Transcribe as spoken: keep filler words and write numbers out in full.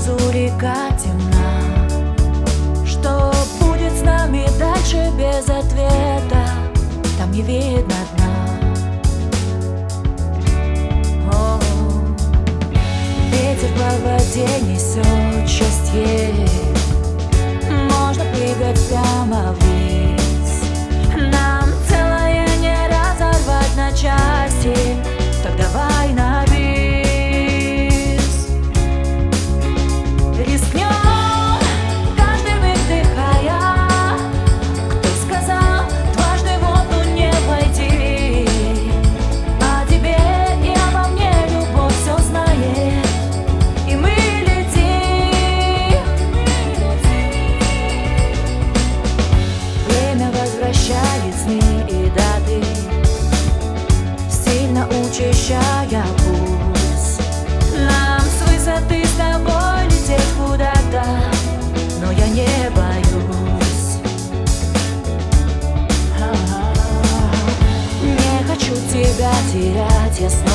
внизу река темна. Что будет с нами дальше без ответа? Там не видно дна. О, ветер по воде несет счастье. Можно прыгать прямо вниз. Нам целое не разорвать на части. Так давай на бис. Рискнем, каждый миг дыхая. Кто сказал, дважды в воду не войти? О тебе и обо мне любовь все знает. И мы летим. Время возвращает сны и даты, сильно учащая пульс. Нам с высоты с тобой лететь куда-то, но я не боюсь. Не хочу тебя терять, я снова